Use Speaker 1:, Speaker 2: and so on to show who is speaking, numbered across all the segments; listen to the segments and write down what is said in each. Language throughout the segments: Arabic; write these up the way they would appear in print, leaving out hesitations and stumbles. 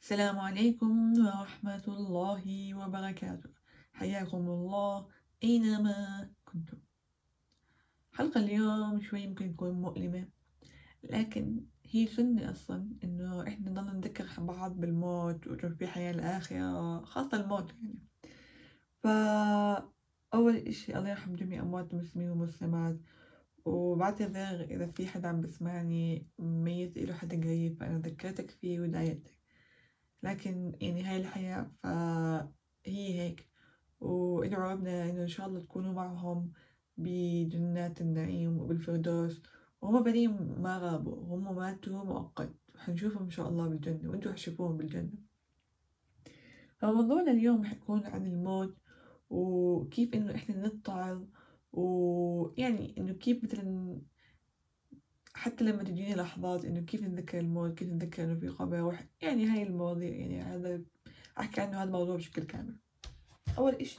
Speaker 1: السلام عليكم ورحمة الله وبركاته. حياكم الله أينما كنتم. حلقة اليوم شوي ممكن تكون مؤلمة، لكن هي سنة أصلا إنه إحنا نضل نذكر بعض بالموت وإنه في حياة الآخرة، خاصة الموت يعني. فأول إشي الله يرحم جميع أموات المسلمين والمسلمات، وبعتذر إذا في حدا عم بسمعني ميت إله حدا قريب فأنا ذكرتك فيه وضايقتك، لكن يعني هاي الحياة فهي هيك. وإدعوا ربنا إنه إن شاء الله تكونوا معهم بجنات النعيم وبالفردوس، وهم بنين ما غابوا، هم ماتوا مؤقت وحنشوفهم إن شاء الله بالجنة وإنتوا حتشوفوهم بالجنة. فموضوعنا اليوم حيكون عن الموت، وكيف إنه إحنا نتعظ، ويعني إنه كيف مثلا حتى لما تجيني لحظات إنه كيف نتذكر الموت، كيف نتذكر إنه في قبر يعني هاي المواضيع، يعني هذا أحكي عنه هذا الموضوع بشكل كامل. أول إشي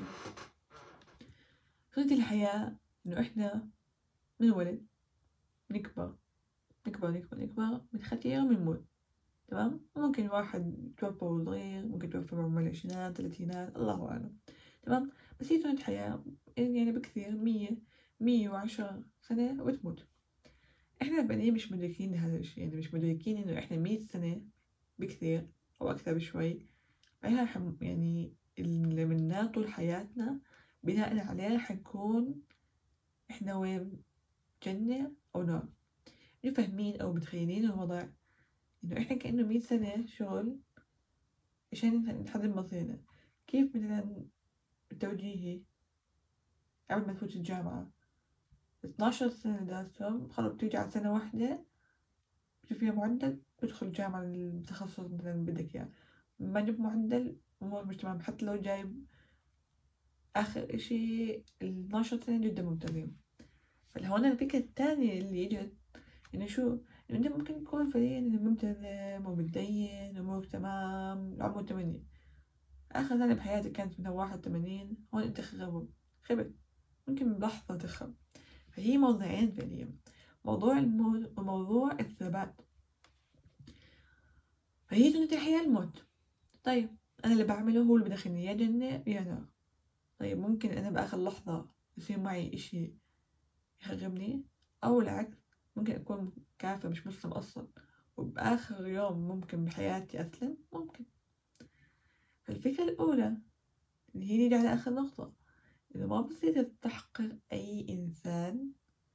Speaker 1: سنة الحياة إنه إحنا بنولد، نكبر نكبر نكبر نكبر، بنختير بنموت. تمام، ممكن واحد توفى وهو صغير، ممكن توفى بعمر العشرينات ثلاثينات، الله أعلم. تمام، بس هي سنة حياة، يعني بكثير 110 سنة وتموت. إحنا البنين مش مدركين هذا الشي، يعني مش مدركين إنه إحنا 100 سنة بكثير أو أكثر بشوي. إحنا يعني اللي منا طول حياتنا بناء عليه حنكون إحنا وين، جنة أو نار. إنه فاهمين أو متخيلين الوضع إنه إحنا كأنه 100 سنة شغل عشان نحدد مصيرنا. كيف مثلا التوجيهي قبل ما تفوت الجامعة 12 سنة درستهم، خلص بتيجي على سنة واحدة بتشوف فيها معدل تدخل الجامعة التخصص مثلا بدك إياه. ما جبت معدل أمور مش تمام، حتى لو جايب آخر إشي 12 سنة جدا ممتازين. فهون الفكرة الثانية اللي إجت إنه شو، إنه أنت ممكن تكون فعليا ملتزم ومتدين وأمورك تمام العمر 8، آخر سنة بحياتك كانت من 81، هون أنت خبت ممكن بلحظة تخرب. فهي موضوعين فعليا، موضوع الموت وموضوع الثبات. فهي سنة الحياة الموت. طيب أنا اللي بعمله هو اللي بدخلني يا جنة يا نار. طيب ممكن أنا بآخر لحظة يصير معي إشي يخربني، أو العكس، ممكن أكون كافر مش مسلم أصلا وبآخر يوم ممكن بحياتي أسلم ممكن. فالفكرة الأولى اللي هي نيجي على آخر نقطة، إنه ما بصير تستحقر أي إنسان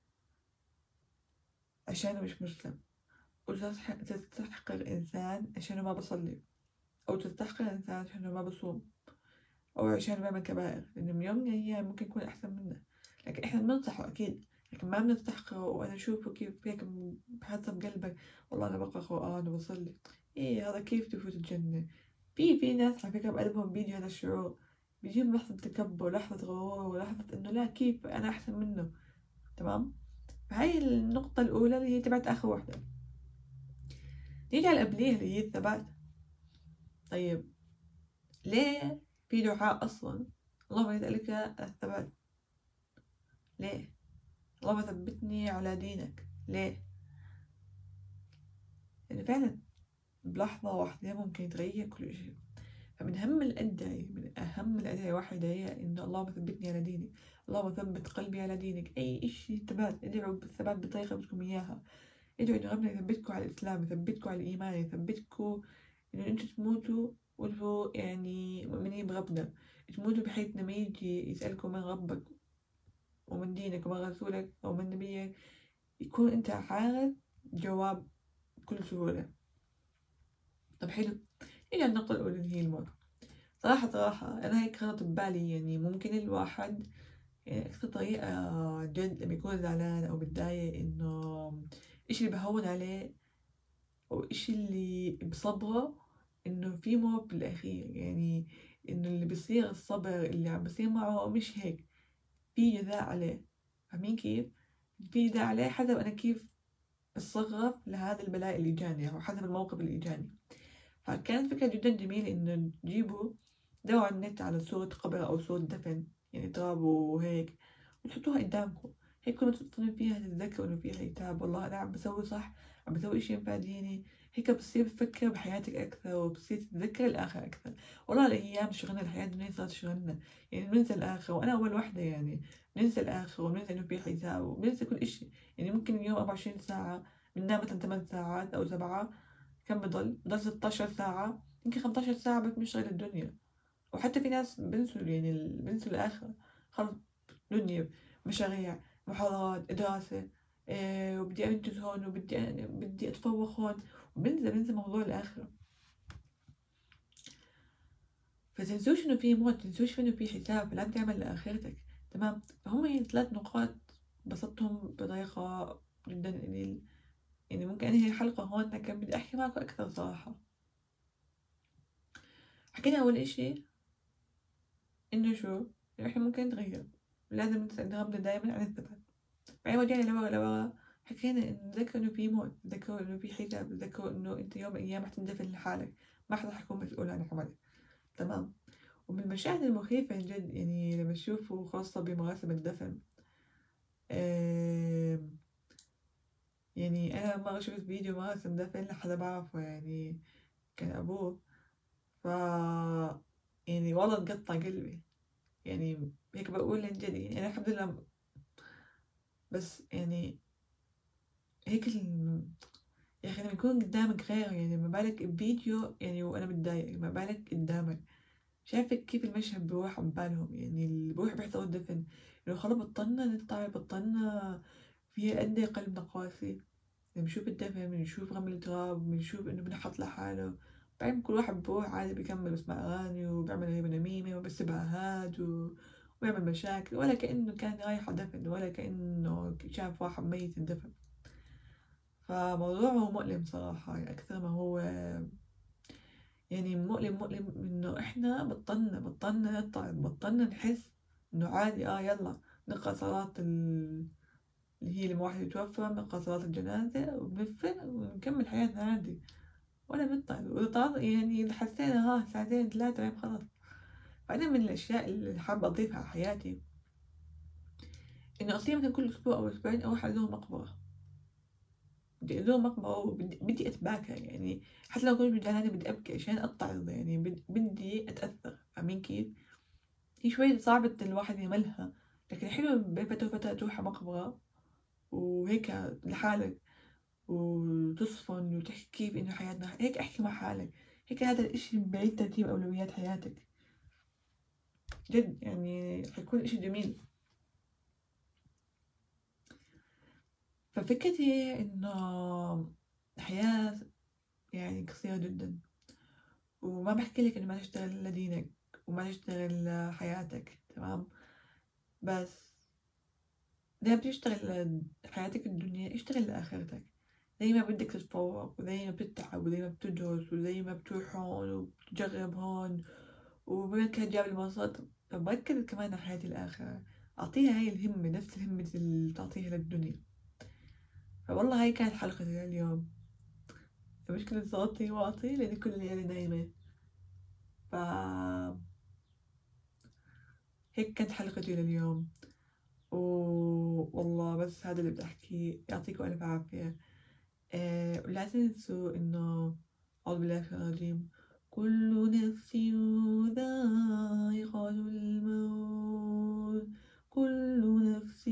Speaker 1: عشانه مش مسلم، وتستحقر إنسان عشانه ما بصلي، أو تستحقر إنسان عشانه ما بصوم، أو عشان بعمل كبائر، لأنه من يوم من الأيام ممكن يكون أحسن منا. لكن إحنا بننصحه أكيد، لكن ما بنستحقره. وأنا أشوفه كيف هيك بحسب قلبك، والله أنا بقرأ قرآن وبصلي، إيه هذا كيف تفوت الجنة؟ في ناس على فكرة بقلبهم بيجي هذا الشعور، بيجيهم لحظة تكبر، لحظة غرور، ولحظة إنه لا كيف أنا أحسن منه. تمام، فهاي النقطة الأولى اللي هي تبعت آخر واحدة. نيجي على القبلية اللي هي الثبات. طيب ليه في دعاء أصلا اللهم يسألك الثبات؟ ليه؟ اللهم ثبتني على دينك. ليه؟ لأن فعلا بلحظة واحدة ممكن يتغير كل شيء. فمن أهم الأدعية، من أهم الأدعية واحدة هي إن اللهم ثبتني على دينك، اللهم ثبت قلبي على دينك. أي إشي ثبات، ادعوا بالثبات بطريقة بدكم إياها. ادعوا إن ربنا يثبتكم على الإسلام، يثبتكم على الإيمان، يثبتكم إنه أنتوا تموتوا وأنتوا يعني مؤمنين بربنا، تموتوا بحيث لما يجي يسألكم من ربك ومن دينك ومن رسولك أو من نبيك يكون أنت عارف جواب بكل سهولة. طب حلو، نيجي على النقطة الأولى اللي هي الموت. صراحة أنا هيك خطرت ببالي، يعني ممكن الواحد يعني أكثر طريقة جد لما يكون زعلان أو متضايق إنه إشي اللي بهون عليه أو إشي اللي بصبره إنه في موت بالأخير، يعني إنه اللي بيصير الصبر اللي عم بيصير معه مش هيك، في جزاء عليه. فاهمين كيف؟ في جزاء عليه حسب أنا كيف اتصرف لهذا البلاء اللي جاني أو حسب الموقف اللي جاني. فكانت فكرة جدا جميلة إنه تجيبوا دوروا على النت على صورة قبر أو صورة دفن، يعني تراب وهيك، وتحطوها قدامكم، هيك كل ما تتصلوا فيها تتذكروا إنه فيها يتاب، والله أنا عم بسوي صح، عم بسوي إشي ينفع ديني، هيك بتصير تفكر بحياتك أكثر، وبتصير تتذكر الآخر أكثر. والله الأيام شغلنا الحياة الدنيا صارت شغلنا، يعني بننسى الآخر، وأنا أول وحدة يعني بننسى الآخر، وبننسى إنه في حساب، وبننسى كل إشي. يعني ممكن اليوم 24 ساعة بننام مثلا 8 ساعات أو 7، كم بضل 16 ساعة، يمكن 15 ساعة بس بنشغل الدنيا. وحتى في ناس بنسوا يعني بنسوا الآخر، خلص دنيا، مشاريع، محاضرات، دراسة، وبدي أنجز هون، بدي أتفوق هون، بنسى موضوع الآخرة. فتنسوش إنه في موت، تنسوش إنه في حساب، لا تعمل لآخرتك. تمام. فهم يعني 3 نقاط بسطتهم بطريقة جدا يعني ممكن أنهي الحلقة هون، لكن بدي أحكي معكم أكثر صراحة. حكينا أول إشي إنه شو، إنه إحنا ممكن نتغير، لازم نتغمد دايما عن الثبات. بعدين رجعنا لورا حكينا إنه نذكر إنه في موت، نذكر إنه في حساب، نذكر إنه أنت يوم من الأيام رح تندفن لحالك، ما حدا حيكون مسؤول عن عملك. تمام. ومن المشاهد المخيفة جد يعني لما تشوفوا خاصة بمراسم الدفن، يعني أنا مرة شفت فيديو مراسم دفن لحدا بعرفه، يعني كان أبوه، ف يعني والله تقطع قلبي. يعني هيك بقول عن جد، يعني أنا الحمد لله، بس يعني هيك يا أخي لما يكون قدامك غير، يعني ما بالك بفيديو يعني وأنا متضايق، ما بالك قدامك. شايفة كيف المشهد بروح ببالهم، يعني اللي بروح بيحضروا الدفن، لو خلاص بطلنا نطلع، بطلنا في قد إيه قلبنا قاسي لما بنشوف الدفن، بنشوف رمل التراب، بنشوف إنه بنحط لحاله. بعدين كل واحد بروح عادي بيكمل بسمع أغاني، وبيعمل هيبة نميمة، وبس إباهات ويعمل مشاكل، ولا كأنه كان رايح على دفن، ولا كأنه شاف واحد ميت اندفن. فموضوعه مؤلم صراحة، يعني أكثر ما هو يعني مؤلم إنه إحنا بطلنا نطلع، بطلنا نحس إنه عادي يلا نقرأ صلاة اللي هي لما واحد يتوفى، بنقرأ صلاة الجنازة وبنفل ونكمل حياتنا عادي، ولا بنطلع. وإذا يعني إذا حسينا ساعتين 3 يوم خلاص. بعدين من الأشياء اللي حابة أضيفها على حياتي إنه أصير مثلا كل أسبوع أو أسبوعين أروح أزور مقبرة، بدي أزور مقبرة، وبدي أتباكى، يعني حتى لو كنت زعلانة بدي أبكي عشان أتعظ، يعني بدي أتأثر. فاهمين كيف؟ هي شوي صعبة الواحد يملها، لكن حلو بين فترة وفترة تروح على مقبرة وهيك لحالك، وتصفن وتحكي كيف إنه حياتنا هيك، احكي مع حالك هيك. هذا الإشي بعيد ترتيب أولويات حياتك جد، يعني حيكون إشي جميل. ففكرتي إنه الحياة يعني قصيرة جدا، وما بحكي لك إنه ما تشتغل لدينك وما تشتغل لحياتك، تمام، بس زي ما بتشتغل حياتك الدنيا اشتغل لآخرتك. زي ما بدك تتفوق، وزي ما بتتعب، وزي ما بتدرس، وزي ما بتروح هون وبتجرب هون وبدك تجاب المنصات، طب ركز كمان على حياة الآخرة، أعطيها هاي الهمة، نفس الهمة اللي تعطيها للدنيا. فوالله هاي كانت حلقتي اليوم. مشكلة صوتي واطي لأن كل الليالي نايمة، ف هيك كانت حلقتي لليوم. والله بس هذا اللي بدي أحكيه، يعطيكم ألف عافية. ولا تنسوا إنه أعوذ بالله من الشيطان الرجيم، كل نفس ذائقة الموت، كل نفس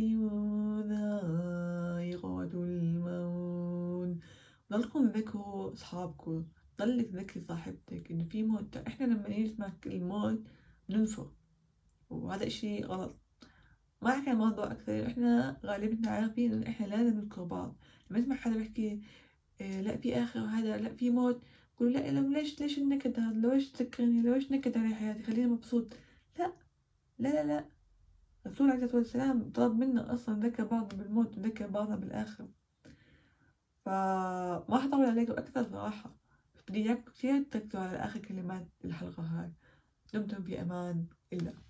Speaker 1: ذائقة الموت. ضلكم تذكروا أصحابكم، ضلك تذكري صاحبتك إنه في موت. إحنا لما نسمع الموت ننفر، وهذا إشي غلط. ما أحكي عن الموضوع أكثر، إحنا غالبنا عارفين إن إحنا لازم نذكر بعض. لما نسمع حدا بيحكي لا في آخر، هذا لا في موت، قول لا ليش النكد هذا، ليش تذكرني، ليش نكد علي حياتي، خليني مبسوط. لا لا، الرسول عليه الصلاة والسلام طلب منا أصلا نذكر بعضنا بالموت، نذكر بعضنا بالآخرة. فما حطول عليكم أكثر صراحة، بدي إياكم كثير تركزوا على آخر كلمات الحلقة هاي. دمتم في أمان الله.